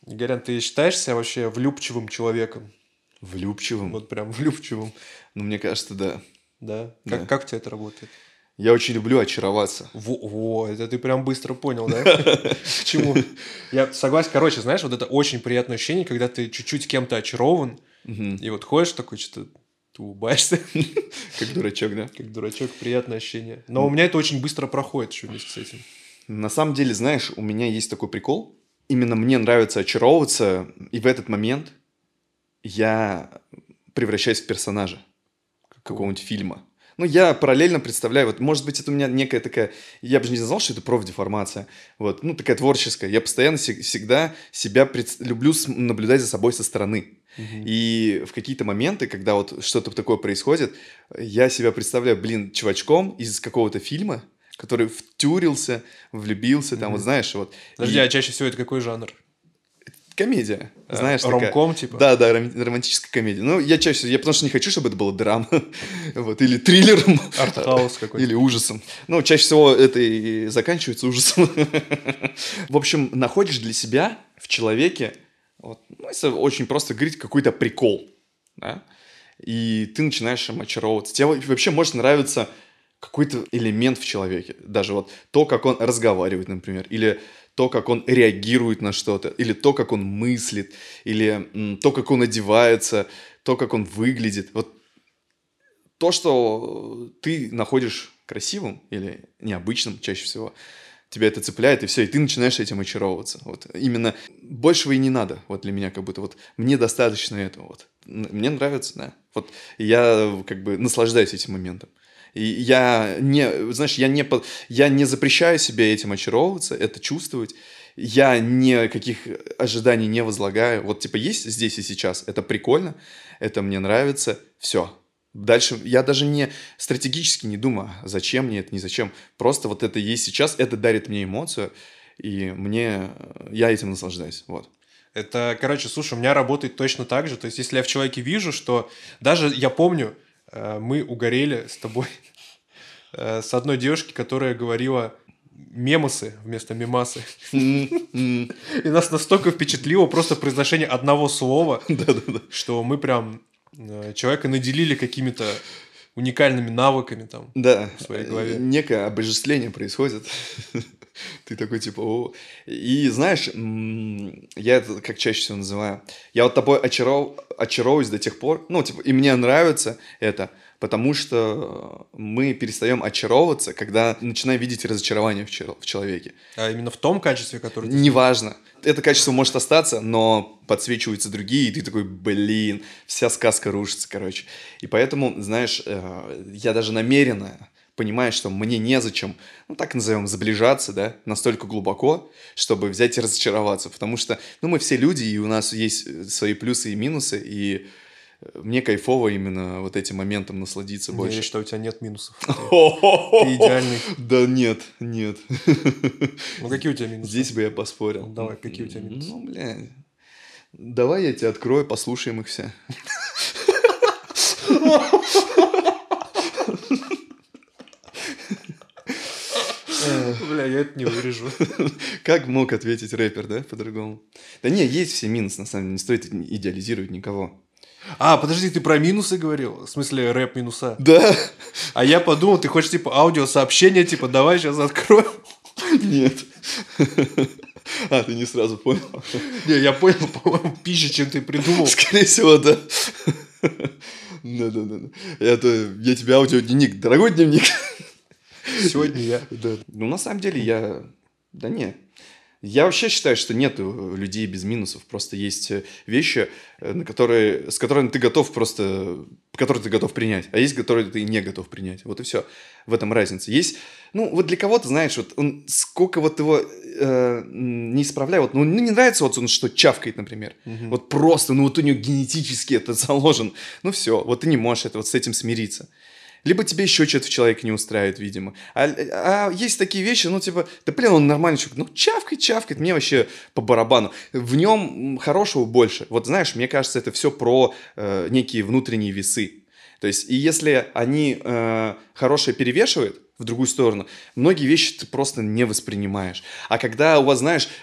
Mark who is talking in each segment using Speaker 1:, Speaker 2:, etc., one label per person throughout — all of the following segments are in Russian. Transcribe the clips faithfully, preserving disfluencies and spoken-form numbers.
Speaker 1: Горян, ты считаешь себя вообще влюбчивым человеком?
Speaker 2: Влюбчивым?
Speaker 1: Вот прям влюбчивым.
Speaker 2: Ну, мне кажется, да.
Speaker 1: Да?
Speaker 2: Да.
Speaker 1: Как, как у тебя это работает?
Speaker 2: Я очень люблю очароваться.
Speaker 1: Во, во, это ты прям быстро понял, да? К чему? Я согласен. Короче, знаешь, вот это очень приятное ощущение, когда ты чуть-чуть кем-то очарован,
Speaker 2: Мгм.
Speaker 1: и вот ходишь такой, что-то ты улыбаешься,
Speaker 2: Как дурачок, да?
Speaker 1: как дурачок, приятное ощущение. Но у меня это очень быстро проходит еще вместе с этим.
Speaker 2: На самом деле, знаешь, у меня есть такой прикол. Именно мне нравится очаровываться, и в этот момент я превращаюсь в персонажа какого-нибудь фильма. Ну, я параллельно представляю, вот, может быть, это у меня некая такая, я бы же не назвал, что это профдеформация, вот, ну, такая творческая. Я постоянно се- всегда себя пред- люблю с- наблюдать за собой со стороны.
Speaker 1: Мгм.
Speaker 2: И в какие-то моменты, когда вот что-то такое происходит, я себя представляю, блин, чувачком из какого-то фильма, который втюрился, влюбился, там, вот
Speaker 1: Мгм.
Speaker 2: знаешь, вот.
Speaker 1: Подожди,
Speaker 2: И
Speaker 1: а чаще всего это какой жанр?
Speaker 2: комедия,
Speaker 1: А,
Speaker 2: знаешь, такая.
Speaker 1: ромком, типа?
Speaker 2: Да, да, ром- романтическая комедия. Ну, я чаще, я потому что не хочу, чтобы это было драма, вот, или триллером,
Speaker 1: Артхаус какой-то.
Speaker 2: или ужасом. Ну, чаще всего это и заканчивается ужасом. В общем, находишь для себя в человеке, вот, ну, если очень просто говорить, какой-то прикол, да, и ты начинаешь им очаровываться. Тебе вообще может нравиться какой-то элемент в человеке, даже вот то, как он разговаривает, например, или то, как он реагирует на что-то, или то, как он мыслит, или м, то, как он одевается, то, как он выглядит. Вот то, что ты находишь красивым или необычным чаще всего, тебя это цепляет, и все, и ты начинаешь этим очаровываться. Вот именно большего и не надо, вот для меня как будто вот мне достаточно этого вот. Н- Мне нравится, да. Вот я как бы наслаждаюсь этим моментом. И я не, знаешь, я не, по- я не запрещаю себе этим очаровываться, это чувствовать. Я никаких ожиданий не возлагаю. Вот типа есть здесь и сейчас, это прикольно, это мне нравится, все. Дальше я даже не стратегически не думаю, а зачем мне это, не зачем. Просто вот это есть сейчас, это дарит мне эмоцию, и мне, э, я этим наслаждаюсь, вот.
Speaker 1: Это, короче, слушай, у меня работает точно так же. То есть, если я в человеке вижу, что даже я помню, э, мы угорели с тобой э, с одной девушки, которая говорила мемосы вместо мемасы.
Speaker 2: М,
Speaker 1: И нас настолько впечатлило просто произношение одного слова,
Speaker 2: Да-да-да.
Speaker 1: что мы прям э, человека наделили какими-то уникальными навыками там
Speaker 2: Да,
Speaker 1: в своей
Speaker 2: э,
Speaker 1: голове.
Speaker 2: некое обожествление происходит. Ты такой типа, о. И знаешь, м, я это как чаще всего называю. Я вот тобой очаров... очаровываюсь до тех пор, ну, типа, и мне нравится это, потому что мы перестаем очаровываться, когда начинаем видеть разочарование в, чел- в человеке.
Speaker 1: А именно в том качестве, которое ты...
Speaker 2: Неважно. Это качество может остаться, но подсвечиваются другие, и ты такой, блин, вся сказка рушится, короче. И поэтому, знаешь, э, я даже намеренно понимаю, что мне незачем, ну так назовем, сближаться, да, настолько глубоко, чтобы взять и разочароваться. Потому что, ну, мы все люди, и у нас есть э, свои плюсы и минусы, и э, мне кайфово именно вот этим моментом насладиться
Speaker 1: Не,
Speaker 2: больше.
Speaker 1: я считаю, у тебя нет минусов. Ты, ты идеальный.
Speaker 2: Да нет, нет.
Speaker 1: Ну, какие у тебя минусы?
Speaker 2: Здесь бы я поспорил.
Speaker 1: Ну, давай, какие у тебя минусы?
Speaker 2: Ну, бля. Давай я тебя открою, послушаем их все.
Speaker 1: Бля, я это не вырежу.
Speaker 2: Как мог ответить рэпер, да, по-другому? Да не, есть все минусы, на самом деле, не стоит идеализировать никого.
Speaker 1: А, подожди, ты про минусы говорил? В смысле, рэп минуса?
Speaker 2: Да,
Speaker 1: А я подумал, ты хочешь, типа, аудиосообщение, типа, давай сейчас открою.
Speaker 2: нет. А, ты не сразу понял?
Speaker 1: Не, я понял, по-моему, пизже, чем ты придумал.
Speaker 2: Скорее всего, да. Да-да-да. Это я тебе аудиодневник. Дорогой дневник.
Speaker 1: Сегодня я...
Speaker 2: Да. Ну, на самом деле, я... Да не. Я вообще считаю, что нет людей без минусов. Просто есть э, вещи, э, на которые, с которыми ты готов просто... которые ты готов принять. А есть, которые ты не готов принять. Вот и все. В этом разница. Есть... Ну, вот для кого-то, знаешь, вот он... Сколько вот его э, не исправляй, вот, ну, не нравится вот он, что чавкает, например.
Speaker 1: Мгм.
Speaker 2: Вот просто, ну, вот у него генетически это заложен. Ну, все. Вот ты не можешь это, вот с этим смириться. Либо тебе еще что-то в человеке не устраивает, видимо. А, а есть такие вещи, ну, типа, да, блин, он нормальный человек. Ну, чавкает, чавкает, мне вообще по барабану. В нем хорошего больше. Вот, знаешь, мне кажется, это все про э, некие внутренние весы. То есть, и если они э, хорошее перевешивают в другую сторону, многие вещи ты просто не воспринимаешь. А когда у вас, знаешь, вот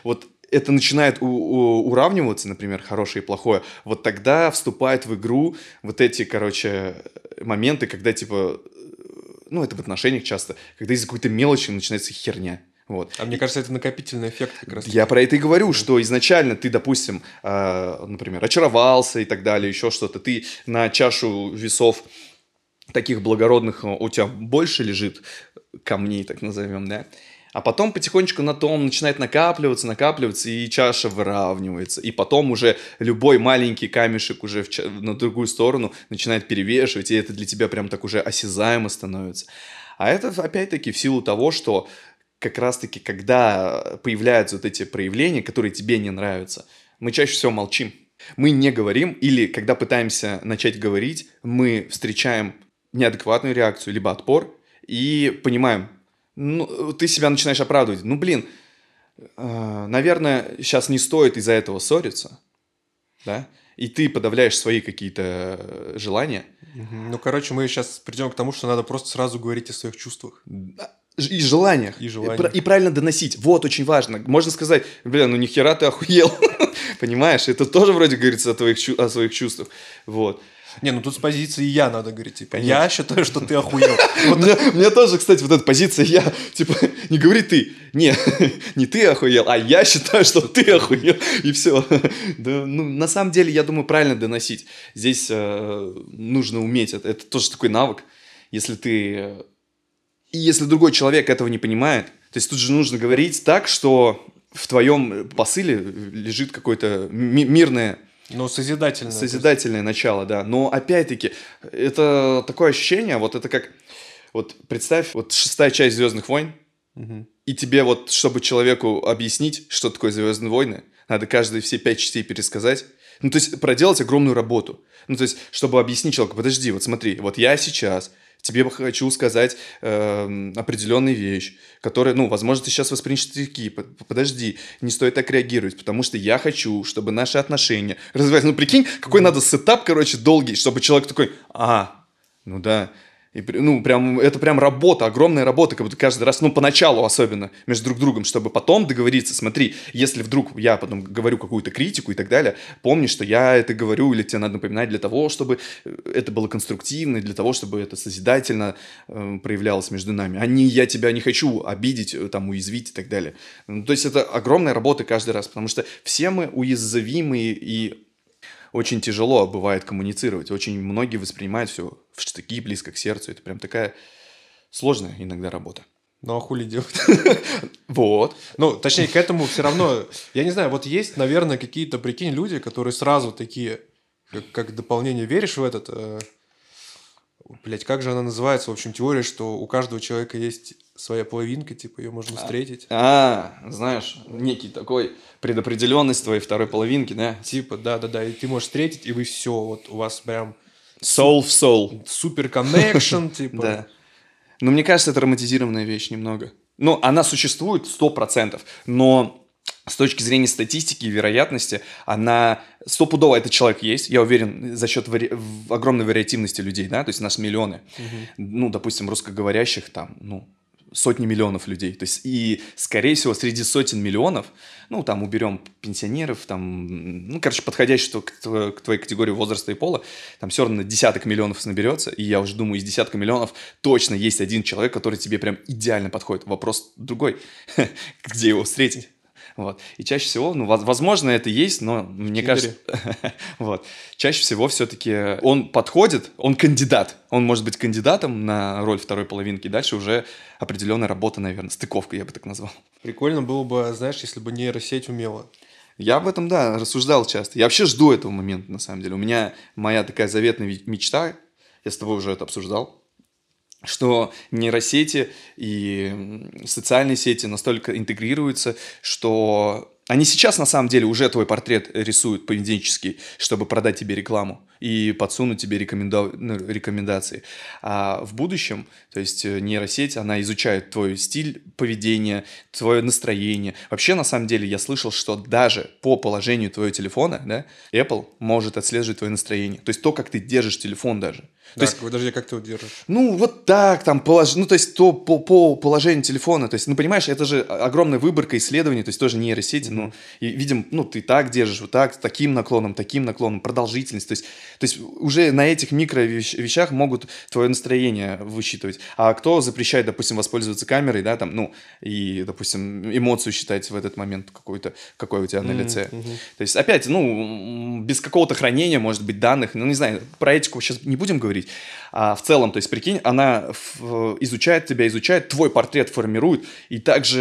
Speaker 2: это начинает у- у- уравниваться, например, хорошее и плохое, вот тогда вступают в игру вот эти, короче, моменты, когда, типа, ну, это в отношениях часто, когда из-за какой-то мелочи начинается херня. Вот.
Speaker 1: А мне кажется, это накопительный эффект как раз.
Speaker 2: Я про это и говорю, что изначально ты, допустим, э, например, очаровался и так далее, еще что-то, ты на чашу весов таких благородных э, у тебя больше лежит камней, так назовем, да? А потом потихонечку на том начинает накапливаться, накапливаться, и чаша выравнивается. И потом уже любой маленький камешек уже в ча- на другую сторону начинает перевешивать, и это для тебя прям так уже осязаемо становится. А это, опять-таки, в силу того, что как раз-таки, когда появляются вот эти проявления, которые тебе не нравятся, мы чаще всего молчим. Мы не говорим, или когда пытаемся начать говорить, мы встречаем неадекватную реакцию, либо отпор, и понимаем, ну, ты себя начинаешь оправдывать. Ну, блин, э, наверное, сейчас не стоит из-за этого ссориться, да? И ты подавляешь свои какие-то э, желания.
Speaker 1: Мгм. Ну, короче, мы сейчас придем к тому, что надо просто сразу говорить о своих чувствах.
Speaker 2: Да, ж- И желаниях.
Speaker 1: И
Speaker 2: И,
Speaker 1: желаниях.
Speaker 2: пр- и правильно доносить. Вот, очень важно. Можно сказать, блин, ну нихера ты охуел. Понимаешь? Это тоже вроде говорится о, твоих, чу- о своих чувствах. Вот.
Speaker 1: Не, ну тут с позиции я надо говорить, типа,
Speaker 2: Конечно.
Speaker 1: я считаю, что ты охуел.
Speaker 2: У меня, у меня тоже, кстати, вот эта позиция, я, типа, не говори ты, не, не ты охуел, а я считаю, что ты охуел, и все. Да, ну, на самом деле, я думаю, правильно доносить. Здесь э, нужно уметь, это, это тоже такой навык. Если ты, э, и если другой человек этого не понимает, то есть тут же нужно говорить так, что в твоем посыле лежит какое-то ми- мирное,
Speaker 1: Ну, созидательно.
Speaker 2: созидательное начало, да. Но опять-таки, это такое ощущение, вот это как, вот представь, вот шестая часть «Звездных войн»,
Speaker 1: Мгм.
Speaker 2: и тебе вот, чтобы человеку объяснить, что такое «Звездные войны», надо каждые все пять частей пересказать. Ну, то есть проделать огромную работу. Ну, то есть, чтобы объяснить человеку, подожди, вот смотри, вот я сейчас тебе хочу сказать э, определенную вещь, которая, ну, возможно, ты сейчас воспримешь такие, п- подожди, не стоит так реагировать, потому что я хочу, чтобы наши отношения развивались. Ну, прикинь, какой надо сетап, короче, долгий, чтобы человек такой, а, ну да, и, при- ну, прям, это прям работа, огромная работа, как будто каждый раз, ну, поначалу особенно, между друг другом, чтобы потом договориться, смотри, если вдруг я потом говорю какую-то критику и так далее, помни, что я это говорю, или тебе надо напоминать для того, чтобы э, это было конструктивно, и для того, чтобы это созидательно э, проявлялось между нами, а не я тебя не хочу обидеть, э, там, уязвить и так далее. Ну, то есть это огромная работа каждый раз, потому что все мы уязвимые и очень тяжело бывает коммуницировать. Очень многие воспринимают все в штыки, близко к сердцу. Это прям такая сложная иногда работа.
Speaker 1: Ну, а хули делать?
Speaker 2: Вот.
Speaker 1: Ну, точнее, к этому все равно, я не знаю, вот есть, наверное, какие-то, прикинь, люди, которые сразу такие, как, как дополнение, веришь в этот, э, блядь, как же она называется, в общем, теория, что у каждого человека есть своя половинка, типа, ее можно встретить.
Speaker 2: А, знаешь, некий такой предопределенность твоей второй половинки, да?
Speaker 1: Типа, да-да-да, и ты можешь встретить, и вы все, вот у вас прям
Speaker 2: Soul в soul.
Speaker 1: супер коннекшн, типа.
Speaker 2: Да. Но мне кажется, это романтизированная вещь немного. Ну, она существует сто процентов, но с точки зрения статистики и вероятности, она стопудово этот человек есть, я уверен, за счет вари... в- огромной вариативности людей, да, то есть нас миллионы, ну, допустим, русскоговорящих там, ну, сотни миллионов людей, то есть и, скорее всего, среди сотен миллионов, ну, там, уберем пенсионеров, там, ну, короче, подходящих к, тво- к твоей категории возраста и пола, там все равно десяток миллионов наберется, и я уже думаю, из десятка миллионов точно есть один человек, который тебе прям идеально подходит. Вопрос другой, где его встретить? Вот. И чаще всего, ну, воз- возможно, это есть, но мне
Speaker 1: Тиндере.
Speaker 2: кажется, вот, чаще всего все-таки он подходит, он кандидат, он может быть кандидатом на роль второй половинки, дальше уже определенная работа, наверное, стыковка, я бы так назвал.
Speaker 1: Прикольно было бы, знаешь, если бы нейросеть умела.
Speaker 2: Я об этом, да, рассуждал часто. Я вообще жду этого момента, на самом деле. У меня моя такая заветная ви- мечта, я с тобой уже это обсуждал, что нейросети и м, социальные сети настолько интегрируются, что они сейчас на самом деле уже твой портрет рисуют поведенческий, чтобы продать тебе рекламу. и подсунут тебе рекоменда... ну, рекомендации. А в будущем, то есть э, нейросеть, она изучает твой стиль поведения, твое настроение. Вообще, на самом деле, я слышал, что даже по положению твоего телефона, да, Apple может отслеживать твое настроение. То есть то, как ты держишь телефон даже. То
Speaker 1: Так,
Speaker 2: есть,
Speaker 1: подожди, как ты его держишь?
Speaker 2: ну, вот так, там, полож... ну, то есть, то по, по положению телефона, то есть, ну, понимаешь, это же огромная выборка исследований, то есть, тоже нейросети, mm-hmm. ну, и видим, ну, ты так держишь, вот так, с таким наклоном, таким наклоном, продолжительность, то есть, то есть, уже на этих микро вещах могут твое настроение высчитывать. А кто запрещает, допустим, воспользоваться камерой, да, там, ну, и, допустим, эмоцию считать в этот момент какую-то, какой у тебя на лице. Mm-hmm. То есть, опять, ну, без какого-то хранения, может быть, данных, ну, не знаю, про этику сейчас не будем говорить. А в целом, то есть, прикинь, она в, изучает тебя, изучает, твой портрет формирует, и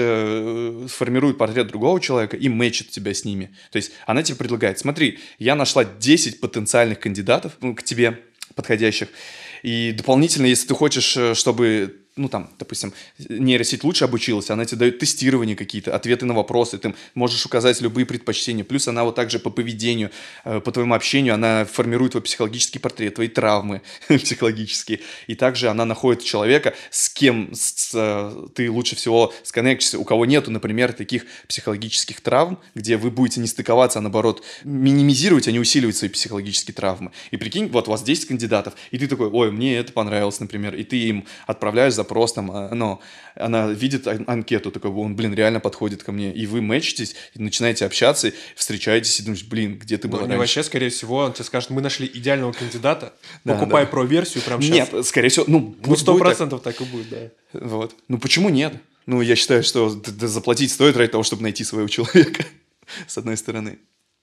Speaker 2: также формирует портрет другого человека и мэчит тебя с ними. То есть, она тебе предлагает, смотри, я нашла десять потенциальных кандидатов ну, к тебе, подходящих, и дополнительно, если ты хочешь, чтобы... ну, там, допустим, нейросеть лучше обучилась, она тебе дает тестирование какие-то, ответы на вопросы, ты можешь указать любые предпочтения, плюс она вот также по поведению, по твоему общению, она формирует твой психологический портрет, твои травмы психологические, и также она находит человека, с кем с, ты лучше всего сконнектишься, у кого нету, например, таких психологических травм, где вы будете не стыковаться, а наоборот, минимизировать, а не усиливать свои психологические травмы. И прикинь, вот у вас десять кандидатов, и ты такой, ой, мне это понравилось, например, и ты им отправляешь за запрос, там, ну, она видит анкету, такой, он, блин, реально подходит ко мне, и вы мэчитесь, и начинаете общаться, встречаетесь, и думаешь, блин, где ты был
Speaker 1: ну,
Speaker 2: раньше?
Speaker 1: Вообще, скорее всего, он тебе скажет, мы нашли идеального кандидата, покупай про-версию прямо сейчас.
Speaker 2: Нет, скорее всего, ну,
Speaker 1: ну сто процентов так. так и будет, да.
Speaker 2: Вот. Ну, почему нет? Ну, я считаю, что заплатить стоит ради того, чтобы найти своего человека, с одной стороны.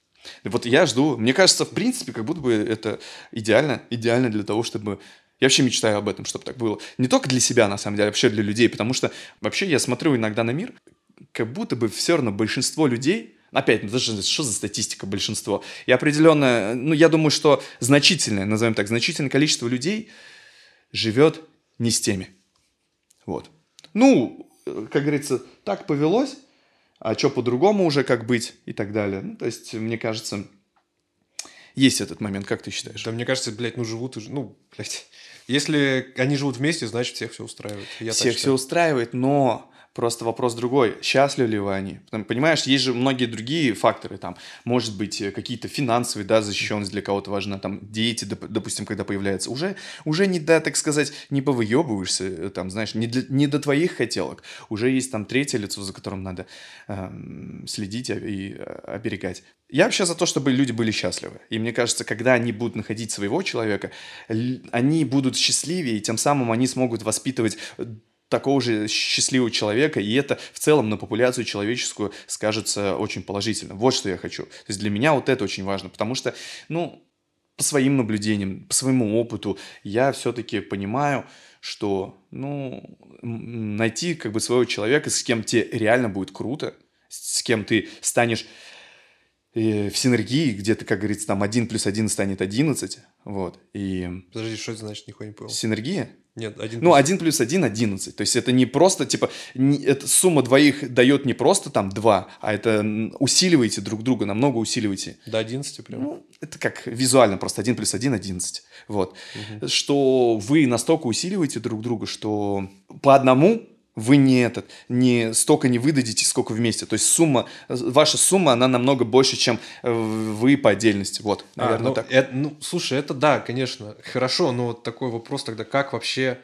Speaker 2: Вот я жду, мне кажется, в принципе, как будто бы это идеально, идеально для того, чтобы... Я вообще мечтаю об этом, чтобы так было. Не только для себя, на самом деле, а вообще для людей. Потому что вообще я смотрю иногда на мир, как будто бы все равно большинство людей... Опять, ну, даже что за статистика большинство? И определенно, ну, я думаю, что значительное, назовем так, значительное количество людей живет не с теми. Вот. Ну, как говорится, так повелось, а что по-другому уже как быть и так далее. Ну, то есть, мне кажется... Есть этот момент, как ты считаешь?
Speaker 1: Да, мне кажется, блядь, ну живут, ну, блядь, если они живут вместе, значит, всех все устраивает. Я
Speaker 2: всех все устраивает, но просто вопрос другой. Счастливы ли вы они? Понимаешь, есть же многие другие факторы, там, может быть, какие-то финансовые, да, защищенность для кого-то важна, там, дети, допустим, когда появляются, уже, уже не, да, так сказать, не повыебываешься, там, знаешь, не, для, не до твоих хотелок, уже есть там третье лицо, за которым надо эм, следить и оберегать. Я вообще за то, чтобы люди были счастливы. И мне кажется, когда они будут находить своего человека, они будут счастливее, и тем самым они смогут воспитывать такого же счастливого человека, и это в целом на популяцию человеческую скажется очень положительно. Вот что я хочу. То есть для меня вот это очень важно, потому что, ну, по своим наблюдениям, по своему опыту, я все-таки понимаю, что, ну, найти как бы своего человека, с кем тебе реально будет круто, с кем ты станешь в синергии, где-то, как говорится, там один плюс один станет одиннадцать, вот, и...
Speaker 1: Подожди, что это значит, нихуя не понял.
Speaker 2: Синергия?
Speaker 1: Нет, один
Speaker 2: плюс... Ну, один плюс один – одиннадцать, то есть это не просто, типа, не, это сумма двоих дает не просто там два, а это усиливаете друг друга, намного усиливаете.
Speaker 1: До одиннадцати прям?
Speaker 2: Ну, это как визуально, просто один плюс один – одиннадцать, вот. Угу. Что вы настолько усиливаете друг друга, что по одному... Вы не этот, не столько не выдадите, сколько вместе. То есть сумма, ваша сумма, она намного больше, чем вы по отдельности. Вот, наверное,
Speaker 1: а, ну,
Speaker 2: так.
Speaker 1: Это, ну, слушай, это да, конечно, хорошо, но вот такой вопрос тогда, как вообще...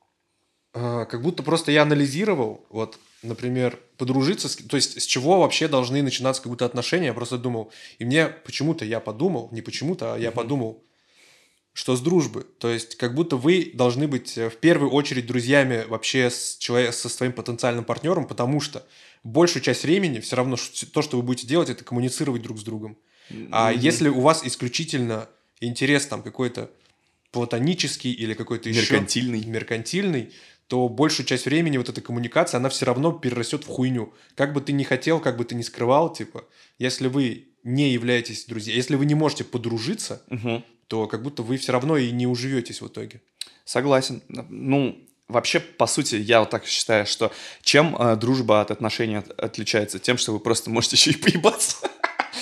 Speaker 1: Э, как будто просто я анализировал, вот, например, подружиться, с, то есть с чего вообще должны начинаться как будто отношения, я просто думал. И мне почему-то я подумал, не почему-то, а я mm-hmm. подумал, что с дружбы. То есть как будто вы должны быть в первую очередь друзьями вообще с человек, со своим потенциальным партнером, потому что большую часть времени все равно то, что вы будете делать, это коммуницировать друг с другом. Mm-hmm. А если у вас исключительно интерес там какой-то платонический или какой-то
Speaker 2: меркантильный.
Speaker 1: еще меркантильный, то большую часть времени вот эта коммуникация, она все равно перерастет в хуйню. Как бы ты ни хотел, как бы ты ни скрывал, типа, если вы не являетесь друзьями, если вы не можете подружиться,
Speaker 2: угу.
Speaker 1: то как будто вы все равно и не уживетесь в итоге.
Speaker 2: Согласен. Ну, вообще, по сути, я вот так считаю, что чем э, дружба от отношений от, отличается? Тем, что вы просто можете еще и поебаться.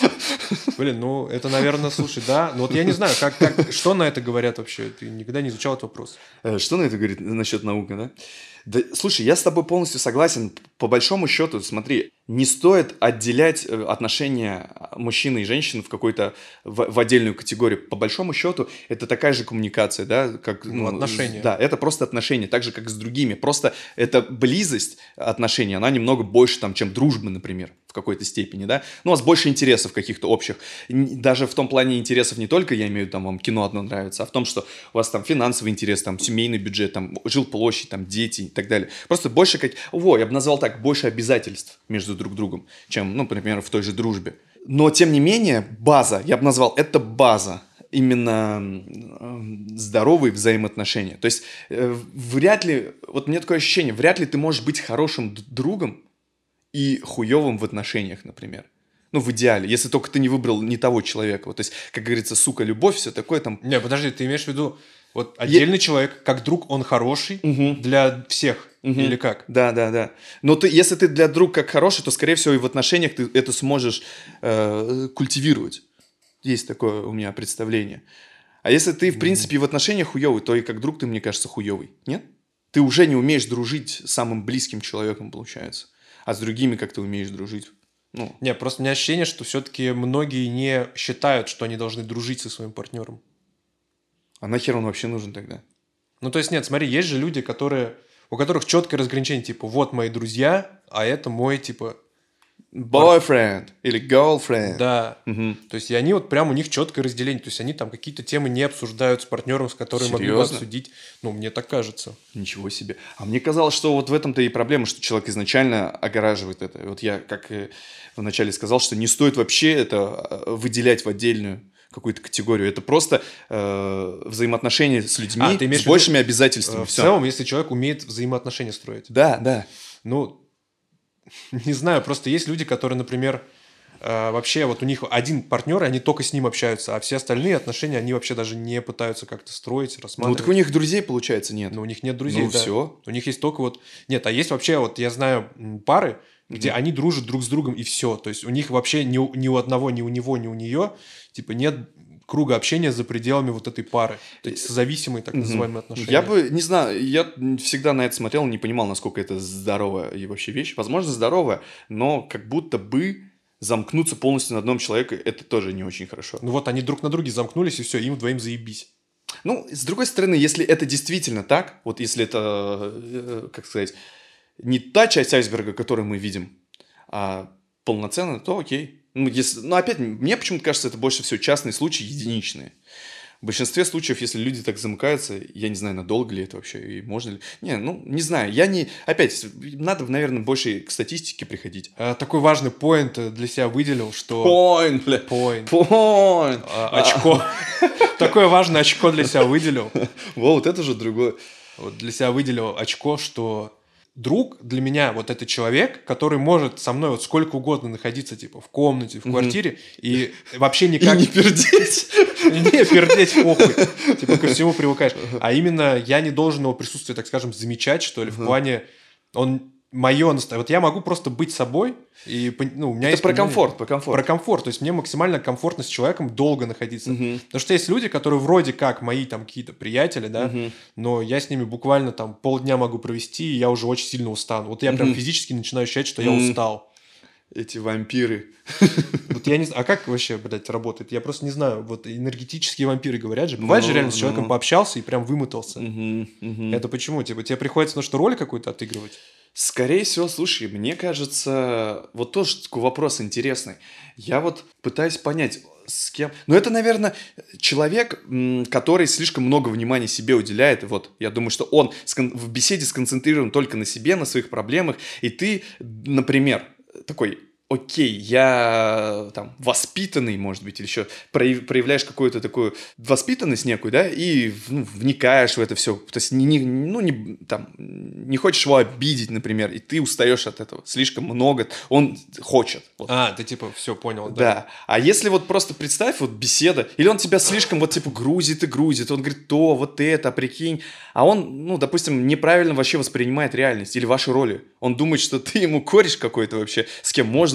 Speaker 1: Блин, ну, это, наверное, слушай, да. Ну, вот я не знаю, как, как, что на это говорят вообще? Ты никогда не изучал этот вопрос?
Speaker 2: Что на это говорит насчет науки, да? Да, слушай, я с тобой полностью согласен. По большому счету, смотри, не стоит отделять отношения мужчины и женщины в какой-то в, в отдельную категорию. По большому счету, это такая же коммуникация, да, как
Speaker 1: Ну, отношения.
Speaker 2: Да, это просто отношения, так же как и с другими. Просто эта близость отношений, она немного больше там, чем дружба, например, в какой-то степени, да. Ну, у вас больше интересов каких-то общих. Даже в том плане интересов не только, я имею в виду, там, вам кино одно нравится, а в том, что у вас там финансовый интерес, там, семейный бюджет, там, жилплощадь, там, дети и так далее. Просто больше как... Во, я бы назвал так, больше обязательств между друг другом, чем, ну, например, в той же дружбе. Но, тем не менее, база, я бы назвал, это база именно здоровые взаимоотношения. То есть, э, вряд ли, вот у меня такое ощущение, вряд ли ты можешь быть хорошим другом и хуевым в отношениях, например. Ну, в идеале, если только ты не выбрал не того человека. Вот, то есть, как говорится, сука, любовь, все такое там...
Speaker 1: Не, подожди, ты имеешь в виду, вот отдельный я... человек, как друг, он хороший угу. для всех, угу. или как?
Speaker 2: Да, да, да. Но ты, если ты для друга как хороший, то, скорее всего, и в отношениях ты это сможешь э, культивировать. Есть такое у меня представление. А если ты, в принципе, в отношениях хуёвый, то и как друг ты, мне кажется, хуёвый. Нет? Ты уже не умеешь дружить с самым близким человеком, получается. А с другими как ты умеешь дружить? Ну.
Speaker 1: Не, просто у меня ощущение, что все-таки многие не считают, что они должны дружить со своим партнером.
Speaker 2: А нахер он вообще нужен тогда?
Speaker 1: Ну, то есть, нет, смотри, есть же люди, которые, у которых четкое разграничение, типа, вот мои друзья, а это мой, типа...
Speaker 2: Boyfriend пар... или girlfriend.
Speaker 1: Да. Угу. То есть, и они вот прям, у них четкое разделение. То есть, они там какие-то темы не обсуждают с партнером, с которым могли бы обсудить. Ну, мне так кажется.
Speaker 2: Ничего себе. А мне казалось, что вот в этом-то и проблема, что человек изначально огораживает это. Вот я, как вначале сказал, что не стоит вообще это выделять в отдельную какую-то категорию. Это просто э, взаимоотношения с людьми а, с большими виду, обязательствами.
Speaker 1: Э, в Все. целом, если человек умеет взаимоотношения строить.
Speaker 2: Да, да.
Speaker 1: Ну, не знаю, просто есть люди, которые, например, э, вообще вот у них один партнер, и они только с ним общаются, а все остальные отношения они вообще даже не пытаются как-то строить, рассматривать.
Speaker 2: Ну, так у них друзей, получается, нет.
Speaker 1: Ну, у них нет друзей,
Speaker 2: ну,
Speaker 1: да.
Speaker 2: все.
Speaker 1: У них есть только вот... Нет, а есть вообще, вот я знаю пары, где mm-hmm. они дружат друг с другом, и все. То есть у них вообще ни у, ни у одного, ни у него, ни у нее, типа, нет круга общения за пределами вот этой пары. То есть зависимые, так называемые mm-hmm. отношения.
Speaker 2: Я бы, не знаю, я всегда на это смотрел, не понимал, насколько это здоровая и вообще вещь. Возможно, здоровая, но как будто бы замкнуться полностью на одном человеке, это тоже не очень хорошо.
Speaker 1: Ну вот они друг на друге замкнулись, и все, им вдвоем заебись.
Speaker 2: Ну, с другой стороны, если это действительно так, вот если это, как сказать, не та часть айсберга, которую мы видим, а полноценно, то окей. Ну, если, но опять, мне почему-то кажется, это больше всего частные случаи, единичные. В большинстве случаев, если люди так замыкаются, я не знаю, надолго ли это вообще, и можно ли... Не, ну, не знаю, я не... Опять, надо, наверное, больше к статистике приходить.
Speaker 1: А, такой важный поинт для себя выделил, что...
Speaker 2: Поинт, бля.
Speaker 1: Поинт.
Speaker 2: Поинт.
Speaker 1: Очко. Такое важное очко для себя выделил.
Speaker 2: Во, вот это же другое.
Speaker 1: Вот для себя выделил очко, что... Друг для меня вот это человек, который может со мной вот сколько угодно находиться, типа, в комнате, в квартире, mm-hmm. и вообще никак...
Speaker 2: И не пердеть.
Speaker 1: Не, пердеть похуй. Типа, ко всему привыкаешь. А именно я не должен его присутствие, так скажем, замечать, что ли, в плане... Он... Мое настроение. Вот я могу просто быть собой. И, ну, у меня
Speaker 2: это
Speaker 1: есть
Speaker 2: про комфорт, про комфорт.
Speaker 1: Про комфорт. То есть мне максимально комфортно с человеком долго находиться.
Speaker 2: Uh-huh.
Speaker 1: Потому что есть люди, которые вроде как мои там какие-то приятели, да,
Speaker 2: uh-huh.
Speaker 1: но я с ними буквально там полдня могу провести, и я уже очень сильно устану. Вот я uh-huh. прям физически начинаю ощущать, что uh-huh. я устал.
Speaker 2: Эти вампиры.
Speaker 1: Вот я не знаю, а как вообще, блядь, работает? Я просто не знаю. Вот энергетические вампиры говорят же. Бывает no, же реально, no. с человеком пообщался и прям вымотался.
Speaker 2: Uh-huh. Uh-huh.
Speaker 1: Это почему? Типа тебе приходится, ну что, роль какую-то отыгрывать?
Speaker 2: Скорее всего, слушай, мне кажется, вот тоже такой вопрос интересный. Я вот пытаюсь понять, с кем... Ну, это, наверное, человек, который слишком много внимания себе уделяет. Вот, я думаю, что он в беседе сконцентрирован только на себе, на своих проблемах. И ты, например, такой... Окей, я там воспитанный, может быть, или еще проявляешь какую-то такую воспитанность некую, да, и ну, вникаешь в это все. То есть не, не, ну, не, там, не хочешь его обидеть, например, и ты устаешь от этого. Слишком много он хочет. Вот.
Speaker 1: А, ты типа все понял, да.
Speaker 2: Да. А если вот просто представь, вот беседа, или он тебя слишком вот типа грузит и грузит, он говорит то, вот это, прикинь, а он, ну, допустим, неправильно вообще воспринимает реальность или ваши роли. Он думает, что ты ему кореш какой-то вообще, с кем можно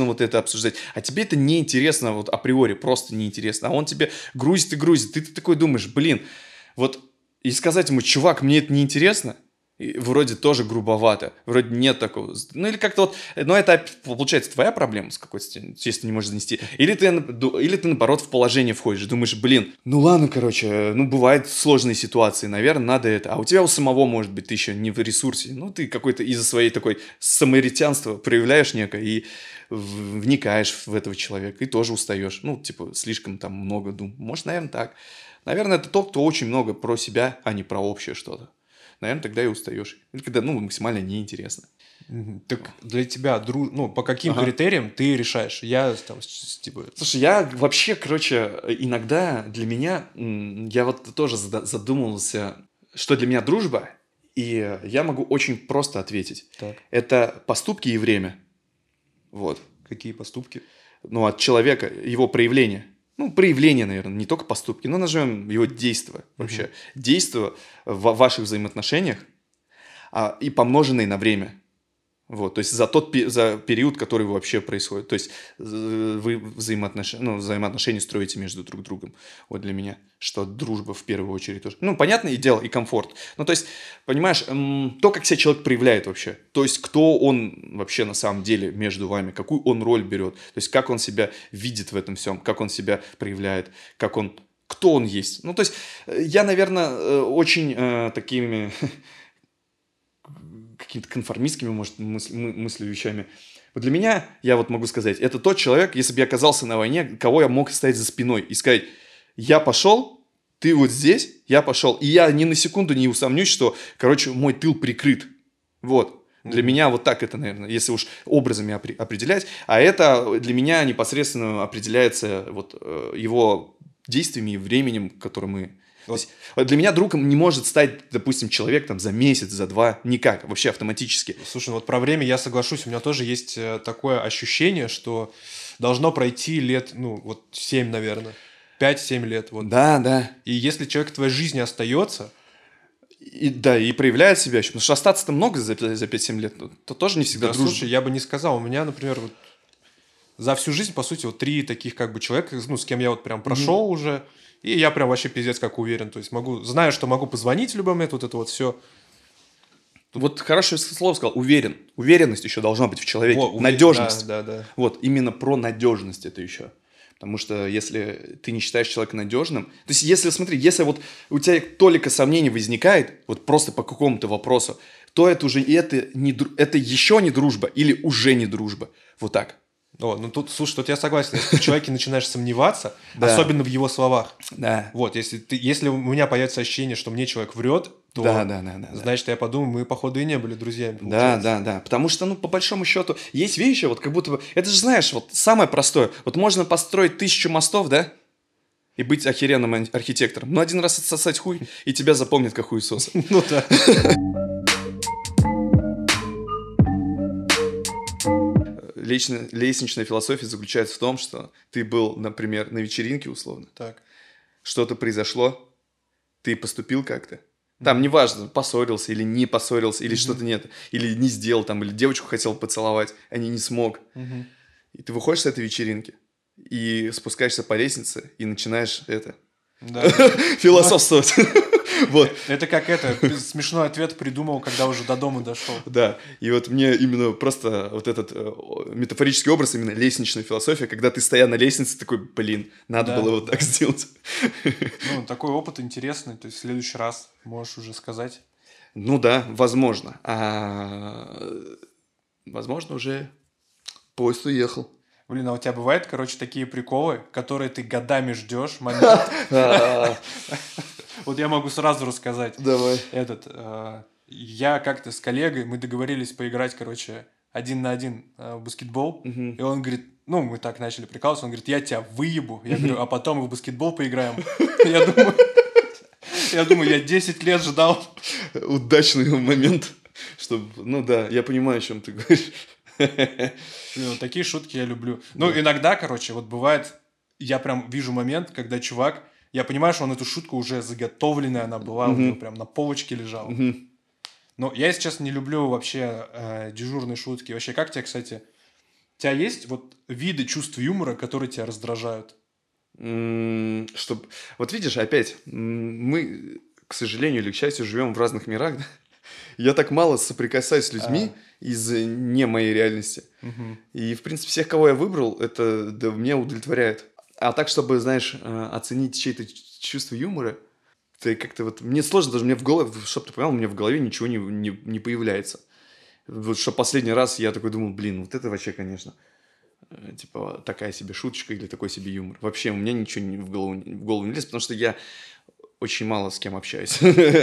Speaker 2: должен вот это обсуждать. А тебе это неинтересно вот априори, просто неинтересно. А он тебе грузит и грузит. Ты, ты такой думаешь, блин, вот и сказать ему, чувак, мне это неинтересно, и вроде тоже грубовато, вроде нет такого. Ну, или как-то вот, ну, это, получается, твоя проблема с какой-то стороны, если ты не можешь занести. Или ты, или ты, наоборот, в положение входишь, думаешь, блин, ну, ладно, короче, ну, бывают сложные ситуации, наверное, надо это. А у тебя у самого, может быть, ты еще не в ресурсе. Ну, ты какой-то из-за своей такой самаритянства проявляешь некое и вникаешь в этого человека, и тоже устаешь. Ну, типа, слишком там много дум. Может, наверное, так. Наверное, это тот, кто очень много про себя, а не про общее что-то. Наверное, тогда и устаешь. Или когда, ну, максимально неинтересно.
Speaker 1: Mm-hmm. Так для тебя, дру... ну, по каким ага. критериям ты решаешь? Я там, типа...
Speaker 2: Слушай, я вообще, короче, иногда для меня, я вот тоже задумывался, что для меня дружба, и я могу очень просто ответить.
Speaker 1: Так.
Speaker 2: Это поступки и время. Вот.
Speaker 1: Какие поступки?
Speaker 2: Ну, от человека, его проявления. Ну, проявление, наверное, не только поступки, но назовем его действия вообще. Uh-huh. Действия в ваших взаимоотношениях а, и помноженные на время. Вот, то есть за тот за период, который вообще происходит. То есть вы взаимоотношения, ну, взаимоотношения строите между друг другом. Вот для меня, что дружба в первую очередь тоже. Ну, понятное дело, и комфорт. Ну, то есть, понимаешь, то, как себя человек проявляет вообще. То есть, кто он вообще на самом деле между вами, какую он роль берет. То есть, как он себя видит в этом всем, как он себя проявляет, как он, кто он есть. Ну, то есть, я, наверное, очень э, такими... какими-то конформистскими, может, мысль, мыслью, вещами. Вот для меня, я вот могу сказать, это тот человек, если бы я оказался на войне, кого я мог стоять за спиной и сказать, я пошел, ты вот здесь, я пошел. И я ни на секунду не усомнюсь, что, короче, мой тыл прикрыт. Вот. Для mm-hmm. меня вот так это, наверное, если уж образами опри- определять. А это для меня непосредственно определяется вот его действиями и временем, которое мы... Вот. То есть, для меня другом не может стать, допустим, человек там за месяц, за два, никак, вообще автоматически.
Speaker 1: Слушай, ну вот про время я соглашусь, у меня тоже есть такое ощущение, что должно пройти лет, ну, вот семь, наверное, пять-семь лет. Вот.
Speaker 2: Да, да.
Speaker 1: И если человек в твоей жизни остается...
Speaker 2: И, да, и проявляет себя еще, потому что остаться-то много за, за пять-семь лет, то тоже не всегда
Speaker 1: да,
Speaker 2: дружба.
Speaker 1: Слушай, я бы не сказал, у меня, например, вот за всю жизнь, по сути, вот три таких как бы человека, ну, с кем я вот прям прошел mm-hmm. уже... И я прям вообще пиздец как уверен. То есть могу, знаю, что могу позвонить в любой момент, вот это вот все.
Speaker 2: Вот хорошее слово сказал, уверен. Уверенность еще должна быть в человеке. Во, надежность.
Speaker 1: Да, да, да.
Speaker 2: Вот, именно про надежность это еще. Потому что если ты не считаешь человека надежным... То есть если, смотри, если вот у тебя только сомнений возникает, вот просто по какому-то вопросу, то это уже это, не, это еще не дружба или уже не дружба. Вот так.
Speaker 1: О, ну тут, слушай, тут я согласен. Если ты в человеке начинаешь сомневаться, да. особенно в его словах.
Speaker 2: Да.
Speaker 1: Вот, если, ты, если у меня появится ощущение, что мне человек врет, то
Speaker 2: да, да, да, да,
Speaker 1: значит, я подумаю, мы, походу, и не были друзьями.
Speaker 2: Да, да, да. Потому что, ну, по большому счету, есть вещи, вот как будто бы... Это же, знаешь, вот самое простое. Вот можно построить тысячу мостов, да? И быть охеренным архитектором. Но один раз отсосать хуй, и тебя запомнят как хуесоса.
Speaker 1: Ну да.
Speaker 2: Лично, лестничная философия заключается в том, что ты был, например, на вечеринке условно.
Speaker 1: Так.
Speaker 2: Что-то произошло, ты поступил как-то. Там mm-hmm. неважно, поссорился или не поссорился, или mm-hmm. что-то нет, или не сделал там, или девочку хотел поцеловать, а не, не смог.
Speaker 1: Mm-hmm.
Speaker 2: И ты выходишь с этой вечеринки и спускаешься по лестнице и начинаешь это философствовать. Вот.
Speaker 1: Это как это, смешной ответ придумал, когда уже до дома дошел.
Speaker 2: Да, и вот мне именно просто вот этот э, метафорический образ, именно лестничная философия, когда ты, стоя на лестнице, такой, блин, надо да, было вот да. так сделать.
Speaker 1: Ну, такой опыт интересный, то есть в следующий раз можешь уже сказать.
Speaker 2: Ну да, возможно. А возможно, уже поезд уехал.
Speaker 1: Блин, а у тебя бывают, короче, такие приколы, которые ты годами ждешь момент. Вот я могу сразу рассказать.
Speaker 2: Давай.
Speaker 1: Этот, э, я как-то с коллегой, мы договорились поиграть, короче, один на один э, в баскетбол.
Speaker 2: Uh-huh.
Speaker 1: И он говорит, ну, мы так начали прикалываться, он говорит, я тебя выебу. Я uh-huh. говорю, а потом мы в баскетбол поиграем. Я думаю, я думаю, я десять лет ждал.
Speaker 2: Удачный момент, чтобы, ну да, я понимаю, о чем ты говоришь.
Speaker 1: Вот такие шутки я люблю. Ну, да. Иногда, короче, вот бывает, я прям вижу момент, когда чувак, я понимаю, что он эту шутку уже заготовленная, она была, uh-huh. у него прям на полочке лежала.
Speaker 2: Uh-huh.
Speaker 1: Но я, если честно, не люблю вообще э, дежурные шутки. Вообще, как тебе, кстати, У тебя есть вот виды чувств юмора, которые тебя раздражают?
Speaker 2: М, Чтоб... Вот видишь, опять, м, мы, к сожалению или к счастью, живем в разных мирах. Да? Я так мало соприкасаюсь с людьми
Speaker 1: А,
Speaker 2: из э, не моей реальности.
Speaker 1: мгм.
Speaker 2: И, в принципе, всех, кого я выбрал, это да, меня удовлетворяет. А так, чтобы, знаешь, э, оценить чьи-то ч- чувство юмора, ты как-то вот... Мне сложно даже, мне в голове, чтобы ты понимал, у меня в голове ничего не, не, не появляется. Вот что последний раз я такой думал, блин, вот это вообще, конечно, э, типа такая себе шуточка или такой себе юмор. Вообще у меня ничего не, в, голову, в голову не лезет, потому что я очень мало с кем общаюсь.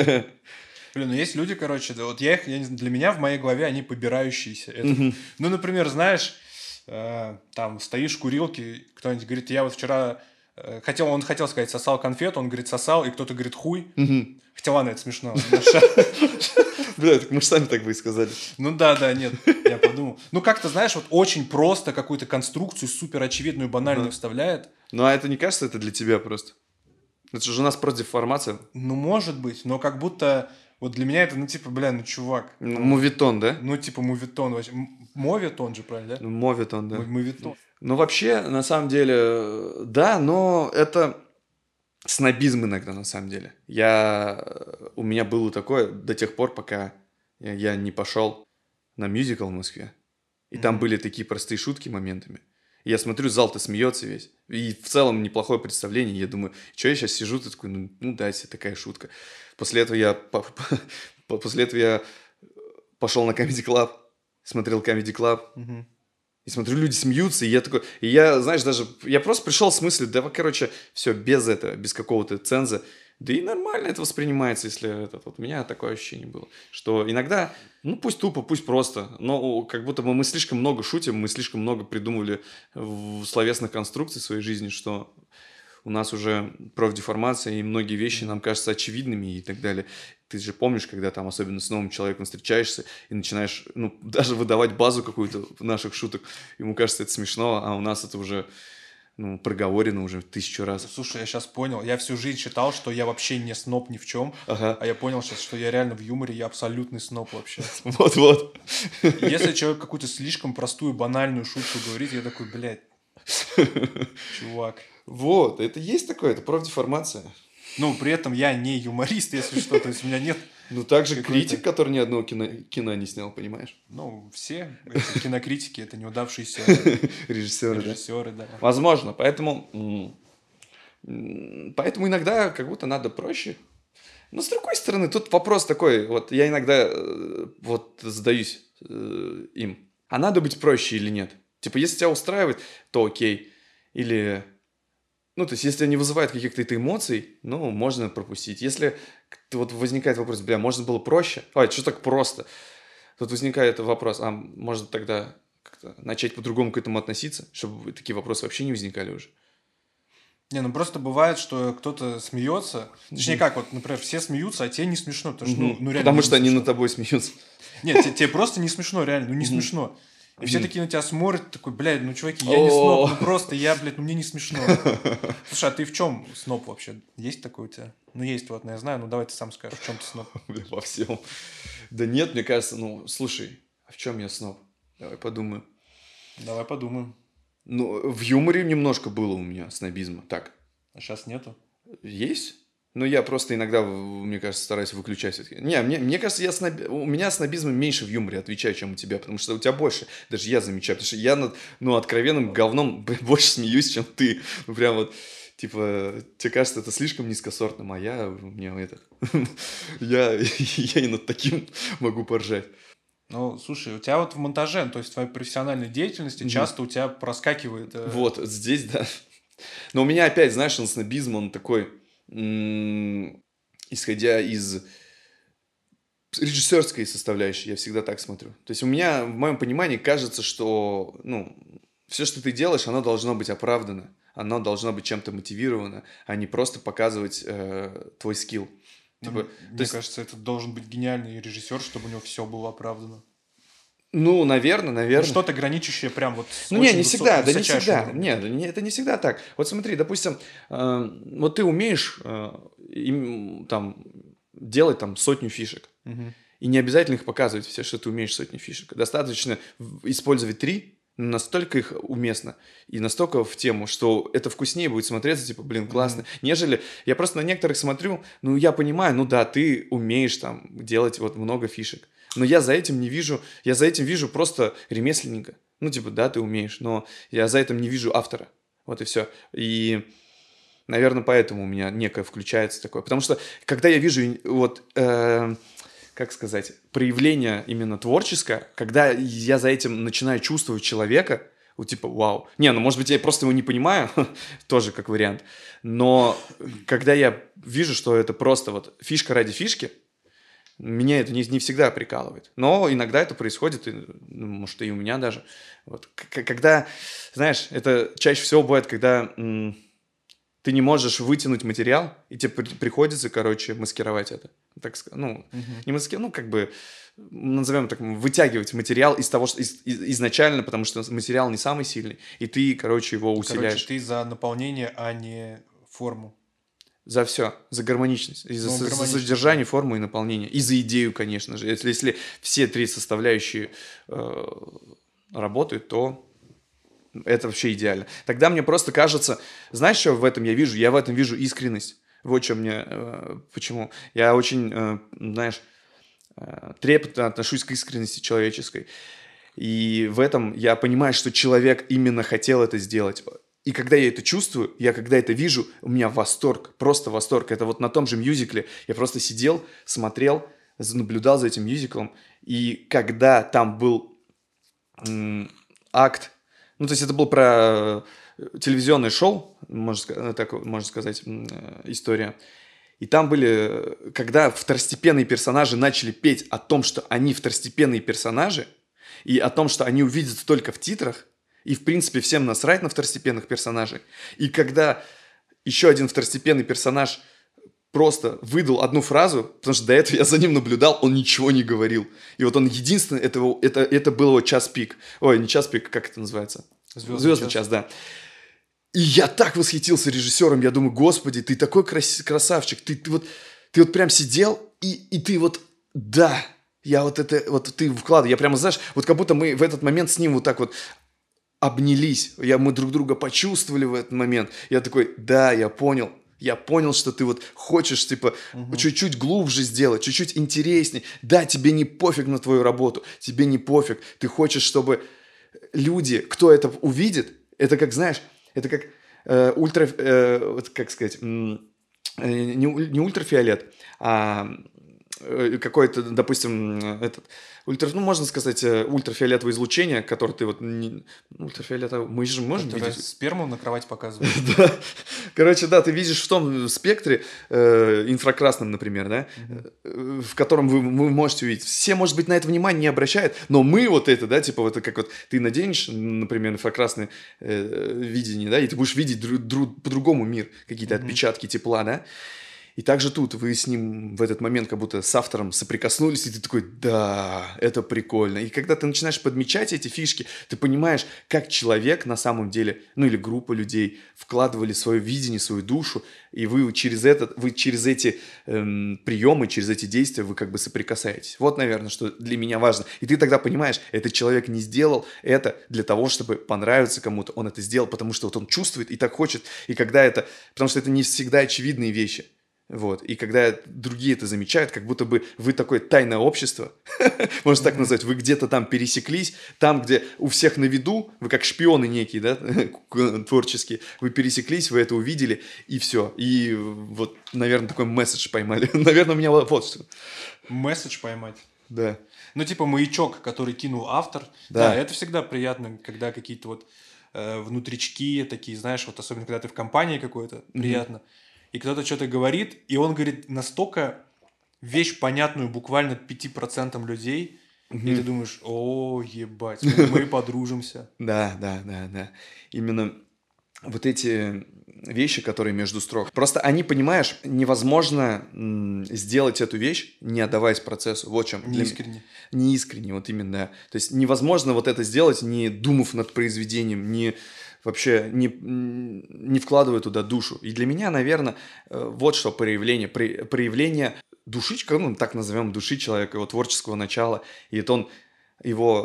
Speaker 1: Блин, ну есть люди, короче, да, вот я их, я не знаю, для меня в моей голове они побирающиеся. Это,
Speaker 2: Мгм.
Speaker 1: ну, например, знаешь, э, там стоишь в курилке, кто-нибудь говорит, я вот вчера э, хотел, он хотел сказать, сосал конфету, он говорит, сосал, и кто-то говорит, хуй.
Speaker 2: Мгм.
Speaker 1: Хотя ладно, это смешно. Наша-
Speaker 2: Бля, так мы же сами так бы и сказали.
Speaker 1: Ну да, да, нет, я подумал. Ну как-то, знаешь, вот очень просто какую-то конструкцию супер очевидную, банальную
Speaker 2: Ага.
Speaker 1: вставляет.
Speaker 2: Ну, а это не кажется, это для тебя просто? Это же у нас просто деформация.
Speaker 1: Ну, может быть, но как будто вот для меня это, ну, типа, бля, ну, чувак,
Speaker 2: Ну,
Speaker 1: ну,
Speaker 2: Мувитон, да?
Speaker 1: ну типа, мувитон вообще. М- Моветон же, правильно, да?
Speaker 2: Ну, Мовитон, да.
Speaker 1: М- Мувитон.
Speaker 2: Ну, вообще, на самом деле, э, да, но это снобизм иногда, на самом деле. Я... э, У меня было такое до тех пор, пока я, я не пошел на мюзикл в Москве. И там
Speaker 1: Мгм.
Speaker 2: были такие простые шутки моментами. И я смотрю, зал-то смеется весь. И в целом неплохое представление. Я думаю, что я сейчас сижу, ты такой, ну, ну да, себе такая шутка. После этого я... по- по- После этого я пошел на Comedy Club, смотрел Comedy Club,
Speaker 1: Мгм.
Speaker 2: и смотрю, люди смеются, и я такой, и я, знаешь, даже, я просто пришел с мыслью, да, короче, все, без этого, без какого-то ценза, да и нормально это воспринимается, если этот, вот у меня такое ощущение было, что иногда, ну, пусть тупо, пусть просто, но как будто бы мы слишком много шутим, мы слишком много придумывали в словесных конструкций в своей жизни, что у нас уже профдеформация, и многие вещи нам
Speaker 1: Мгм.
Speaker 2: кажутся очевидными и так далее. Ты же помнишь, когда там, особенно с новым человеком встречаешься и начинаешь, ну, даже выдавать базу какую-то наших шуток, ему кажется это смешно, а у нас это уже, ну, проговорено уже тысячу раз.
Speaker 1: Слушай, я сейчас понял. Я всю жизнь считал, что я вообще не сноб ни в чем.
Speaker 2: Ага,
Speaker 1: А я понял сейчас, что я реально в юморе, я абсолютный сноб вообще.
Speaker 2: вот-вот.
Speaker 1: И если человек какую-то слишком простую, банальную шутку говорит, я такой, блядь, чувак.
Speaker 2: Вот, это есть такое, это профдеформация.
Speaker 1: Ну, при этом я не юморист, если что. То есть у меня нет
Speaker 2: Ну, также
Speaker 1: какой-то...
Speaker 2: критик, который ни одного кино, кино не снял, понимаешь?
Speaker 1: Ну, все эти кинокритики — это неудавшиеся
Speaker 2: Режиссеры, да.
Speaker 1: режиссеры, да.
Speaker 2: Возможно, поэтому... м, м, Поэтому иногда как будто надо проще. Но с другой стороны, тут вопрос такой, вот я иногда э, вот задаюсь э, им, а надо быть проще или нет? Типа, если тебя устраивает, то окей. Или, ну, то есть, если не вызывает каких-то это эмоций, ну, можно пропустить. Если к- вот возникает вопрос, бля, можно было проще? Ой, что так просто? Тут возникает вопрос, а может тогда как-то начать по-другому к этому относиться, чтобы такие вопросы вообще не возникали уже?
Speaker 1: Не, ну просто бывает, что кто-то смеется. Точнее,
Speaker 2: Мгм.
Speaker 1: как, вот, например, все смеются, а тебе не смешно, потому что, ну,
Speaker 2: Мгм.
Speaker 1: ну реально
Speaker 2: Потому
Speaker 1: не
Speaker 2: что они над
Speaker 1: смешно.
Speaker 2: тобой смеются.
Speaker 1: Нет, те- тебе просто не смешно, реально, ну не
Speaker 2: Мгм.
Speaker 1: смешно. И все
Speaker 2: Мгм.
Speaker 1: такие на тебя смотрят, такой, блядь, ну, чуваки, я не сноб,
Speaker 2: О.
Speaker 1: ну просто я, блядь, ну мне не смешно. Слушай, а ты в чем сноб вообще? Есть такой у тебя? Ну, есть, вот, ну, я знаю, ну давай ты сам скажешь, в чем ты сноб.
Speaker 2: Бля, во всем. Да нет, мне кажется, ну, слушай, а в чем я сноб? Давай подумаю.
Speaker 1: Давай подумаем.
Speaker 2: Ну, в юморе немножко было у меня снобизма. Так,
Speaker 1: А сейчас нету?
Speaker 2: есть? Но я просто иногда, в- мне кажется, стараюсь выключать все-таки. Не, мне, мне кажется, я сноб... у меня снобизма меньше в юморе, отвечаю, чем у тебя, потому что у тебя больше. Даже я замечаю, потому что я над, ну, откровенным говном б- больше смеюсь, чем ты. Ну, прям вот, типа, тебе кажется, это слишком низкосортным, а я, у меня это... Я, я и над таким могу поржать.
Speaker 1: Ну, слушай, у тебя вот в монтаже, то есть в твоей профессиональной деятельности,
Speaker 2: Мгм.
Speaker 1: часто у тебя проскакивает... э,
Speaker 2: Вот, здесь, да. Но у меня опять, знаешь, он снобизм, он такой, м, исходя из режиссерской составляющей, я всегда так смотрю. То есть у меня, в моем понимании, кажется, что, ну, все, что ты делаешь, оно должно быть оправдано, оно должно быть чем-то мотивировано, а не просто показывать э, твой скилл.
Speaker 1: ну,
Speaker 2: Типа,
Speaker 1: м-
Speaker 2: то
Speaker 1: мне
Speaker 2: есть,
Speaker 1: кажется, это должен быть гениальный режиссер, чтобы у него все было оправдано.
Speaker 2: ну, наверное,
Speaker 1: Ну,
Speaker 2: наверное.
Speaker 1: что-то граничащее прям вот с
Speaker 2: Ну, не,
Speaker 1: очень
Speaker 2: не
Speaker 1: высо-
Speaker 2: всегда, да не
Speaker 1: высочайшим
Speaker 2: всегда.
Speaker 1: уровнем.
Speaker 2: Нет, не- это не всегда так. Вот смотри, допустим, э, вот ты умеешь э, им, там, делать там сотню фишек.
Speaker 1: Мгм.
Speaker 2: И не обязательно их показывать все, что ты умеешь сотни фишек. Достаточно в- использовать три, настолько их уместно и настолько в тему, что это вкуснее будет смотреться, типа, блин, классно, mm-hmm. нежели я просто на некоторых смотрю, ну, я понимаю, ну да, ты умеешь там делать вот много фишек, но я за этим не вижу, я за этим вижу просто ремесленника. Ну, типа, да, ты умеешь, но я за этим не вижу автора. Вот и все. И, наверное, поэтому у меня некое включается такое. Потому что, когда я вижу, вот, э, как сказать, проявление именно творческое, когда я за этим начинаю чувствовать человека, вот типа, вау. Не, ну, может быть, я просто его не понимаю, тоже как вариант. Но когда я вижу, что это просто вот фишка ради фишки, меня это не, не всегда прикалывает. Но иногда это происходит, и, ну, может, и у меня даже. Вот. К- когда, знаешь, это чаще всего бывает, когда м- ты не можешь вытянуть материал, и тебе при- приходится, короче, маскировать это. Так сказать, ну,
Speaker 1: Мгм.
Speaker 2: не маскировать, ну, как бы, назовем так, вытягивать материал из того, что из- из- изначально, потому что материал не самый сильный, и ты, короче, его усиляешь.
Speaker 1: Короче, ты за наполнение, а не форму.
Speaker 2: За все, за гармоничность, и за,
Speaker 1: Ну,
Speaker 2: со- за
Speaker 1: гармоничность,
Speaker 2: содержание, форму и наполнение, и за идею, конечно же. Если, если все три составляющие э, работают, то это вообще идеально. Тогда мне просто кажется, знаешь, что в этом я вижу? Я в этом вижу искренность. Вот что мне, э, почему. Я очень, э, знаешь, э, трепетно отношусь к искренности человеческой. И в этом я понимаю, что человек именно хотел это сделать. И когда я это чувствую, я когда это вижу, у меня восторг, просто восторг. Это вот на том же мюзикле я просто сидел, смотрел, з- наблюдал за этим мюзиклом. И когда там был м, акт, ну, то есть это был про э, телевизионное шоу, можно, ска- так можно сказать, м, э, история. И там были, э, когда второстепенные персонажи начали петь о том, что они второстепенные персонажи, и о том, что они увидятся только в титрах, и, в принципе, всем насрать на второстепенных персонажей. И когда еще один второстепенный персонаж просто выдал одну фразу, потому что до этого я за ним наблюдал, он ничего не говорил. И вот он единственный, этого, это, это был его час пик. Ой, не час пик, как это называется?
Speaker 1: Звездный
Speaker 2: Звездный
Speaker 1: час.
Speaker 2: час, да. И я так восхитился режиссером, я думаю, господи, ты такой крас- красавчик, ты, ты вот, ты вот прям сидел, и, и ты вот, да, я вот это, вот ты вкладывай, я прямо, знаешь, вот как будто мы в этот момент с ним вот так вот обнялись, я, мы друг друга почувствовали в этот момент, я такой, да, я понял, я понял, что ты вот хочешь, типа,
Speaker 1: Мгм.
Speaker 2: чуть-чуть глубже сделать, чуть-чуть интереснее, да, тебе не пофиг на твою работу, тебе не пофиг, ты хочешь, чтобы люди, кто это увидит, это как, знаешь, это как э, ультра, э, вот как сказать, м, э, не, у- не ультрафиолет, а э, какой-то, допустим, э, этот, ультра, ну, можно сказать, э, ультрафиолетовое излучение, которое ты вот, не, ультрафиолетовое, мы же можем
Speaker 1: Которая
Speaker 2: видеть?
Speaker 1: сперму на кровать показывает.
Speaker 2: Да. Короче, да, ты видишь в том спектре, э, инфракрасном, например, да,
Speaker 1: Мгм.
Speaker 2: э, в котором вы, вы можете увидеть. Все, может быть, на это внимание не обращают, но мы вот это, да, типа вот это как вот ты наденешь, например, инфракрасное э, видение, да, и ты будешь видеть дру- дру- по-другому мир, какие-то
Speaker 1: Мгм.
Speaker 2: отпечатки тепла, да. И также тут вы с ним в этот момент как будто с автором соприкоснулись, и ты такой, да, это прикольно. И когда ты начинаешь подмечать эти фишки, ты понимаешь, как человек на самом деле, ну или группа людей вкладывали свое видение, свою душу, и вы через, этот, вы через эти эм, приемы, через эти действия вы как бы соприкасаетесь. Вот, наверное, что для меня важно. И ты тогда понимаешь, этот человек не сделал это для того, чтобы понравиться кому-то. Он это сделал, потому что вот он чувствует и так хочет. И когда это... Потому что это не всегда очевидные вещи. Вот. И когда другие это замечают, как будто бы вы такое тайное общество, можно так
Speaker 1: Мгм.
Speaker 2: назвать, вы где-то там пересеклись, там, где у всех на виду, вы как шпионы некие, да, творческие, вы пересеклись, вы это увидели, и все. И вот, наверное, такой месседж поймали. Наверное, у меня вот вот что.
Speaker 1: Месседж поймать.
Speaker 2: Да,
Speaker 1: Ну, типа маячок, который кинул автор. Да,
Speaker 2: да.
Speaker 1: это всегда приятно, когда какие-то вот э, внутрички такие, знаешь, вот особенно когда ты в компании какой-то,
Speaker 2: Мгм.
Speaker 1: приятно. И кто-то что-то говорит, и он говорит настолько вещь понятную буквально пяти процентам людей, и ты
Speaker 2: Мгм.
Speaker 1: думаешь, о, ебать, мы, мы подружимся.
Speaker 2: Да, да, да, да. Именно вот эти вещи, которые между строк. Просто они, понимаешь, невозможно м, сделать эту вещь, не отдаваясь процессу. Вот в чем. Для м-
Speaker 1: Неискренне.
Speaker 2: неискренне, вот именно. Да. То есть невозможно вот это сделать, не думав над произведением, не вообще не, м, не вкладывая туда душу. И для меня, наверное, э, вот что проявление. При- проявление души, ну, так назовем, души человека, его творческого начала. И это он, его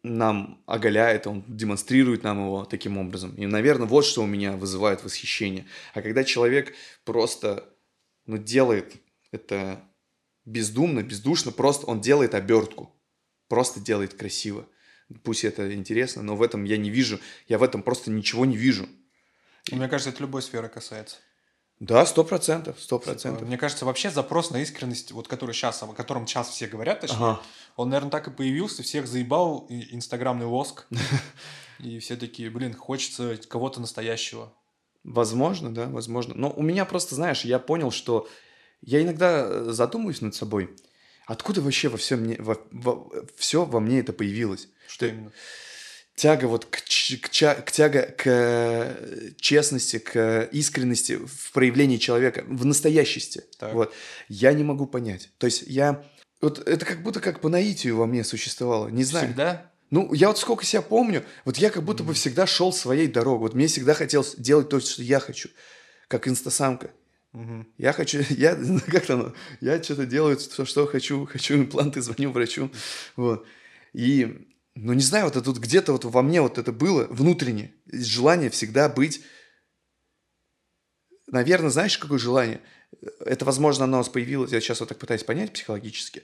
Speaker 2: нам оголяет, он демонстрирует нам его таким образом. И, наверное, вот что у меня вызывает восхищение. А когда человек просто, ну, делает это бездумно, бездушно, просто он делает обертку, просто делает красиво. Пусть это интересно, но в этом я не вижу, я в этом просто ничего не вижу.
Speaker 1: Мне кажется, это любой сферы касается.
Speaker 2: Да, сто процентов, сто
Speaker 1: Типа,
Speaker 2: процентов.
Speaker 1: мне кажется, вообще запрос на искренность, вот который сейчас, о котором сейчас все говорят, точнее,
Speaker 2: Ага.
Speaker 1: он, наверное, так и появился, всех заебал и- инстаграмный воск, и все такие, блин, хочется кого-то настоящего.
Speaker 2: Возможно, да, возможно. Но у меня просто, знаешь, я понял, что я иногда э, задумываюсь над собой, откуда вообще во всем мне, во, все во мне это появилось.
Speaker 1: Что именно?
Speaker 2: Тяга вот к, ч- к, ча- к тяга к э, честности, к искренности в проявлении человека, в настоящести.
Speaker 1: Так.
Speaker 2: Вот. Я не могу понять. То есть я... Вот это как будто как по наитию во мне существовало. Не знаю.
Speaker 1: Всегда?
Speaker 2: Ну, я вот сколько себя помню, вот я как будто бы всегда шел своей дорогой. Вот мне всегда хотелось делать то, что я хочу. Как инстасамка.
Speaker 1: Мгм.
Speaker 2: Я хочу, я, ну, как там, я что-то делаю, что, что хочу, хочу импланты, звоню врачу, вот. И, ну, не знаю, вот это тут где-то вот во мне вот это было внутреннее, желание всегда быть, наверное, знаешь, какое желание? Это, возможно, оно у нас появилось, я сейчас вот так пытаюсь понять психологически.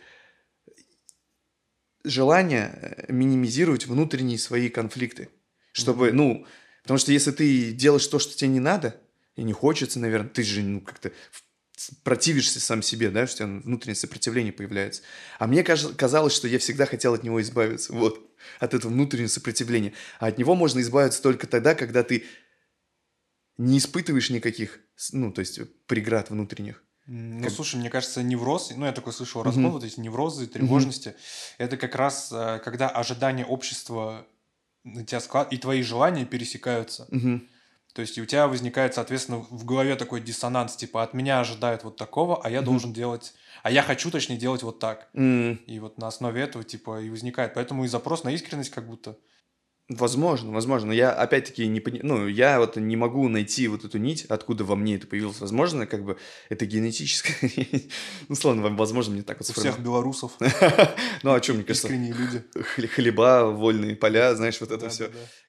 Speaker 2: Желание э, минимизировать внутренние свои конфликты, чтобы,
Speaker 1: Мгм.
Speaker 2: ну, потому что если ты делаешь то, что тебе не надо, и не хочется, наверное, ты же, ну, как-то в- с- противишься сам себе, да, что у тебя внутреннее сопротивление появляется. А мне каж- казалось, что я всегда хотел от него избавиться, вот, от этого внутреннего сопротивления. А от него можно избавиться только тогда, когда ты не испытываешь никаких, с- ну, то есть преград внутренних.
Speaker 1: М, Ну,
Speaker 2: Как...
Speaker 1: слушай, мне кажется, невроз, ну, я такой слышал раскол,
Speaker 2: Мгм.
Speaker 1: вот эти неврозы,
Speaker 2: Мгм.
Speaker 1: тревожности, это как раз, э, когда ожидания общества на тебя склад... и твои желания пересекаются.
Speaker 2: Мгм.
Speaker 1: То есть и у тебя возникает, соответственно, в голове такой диссонанс, типа от меня ожидают вот такого, а я
Speaker 2: Мгм.
Speaker 1: должен делать, а я хочу, точнее, делать вот так.
Speaker 2: М.
Speaker 1: И вот на основе этого, типа, и возникает. Поэтому и запрос на искренность как будто.
Speaker 2: Возможно, возможно. Но я опять-таки не пони... ну, я вот не могу найти вот эту нить, откуда во мне это появилось. Возможно, как бы это генетическое. Ну, словно, возможно, мне так вот
Speaker 1: У всех
Speaker 2: сформировано.
Speaker 1: белорусов
Speaker 2: Ну, а что, мне кажется,
Speaker 1: искренние люди.
Speaker 2: хле- хлеба, вольные поля, знаешь, вот это
Speaker 1: Да, да,
Speaker 2: все.
Speaker 1: да.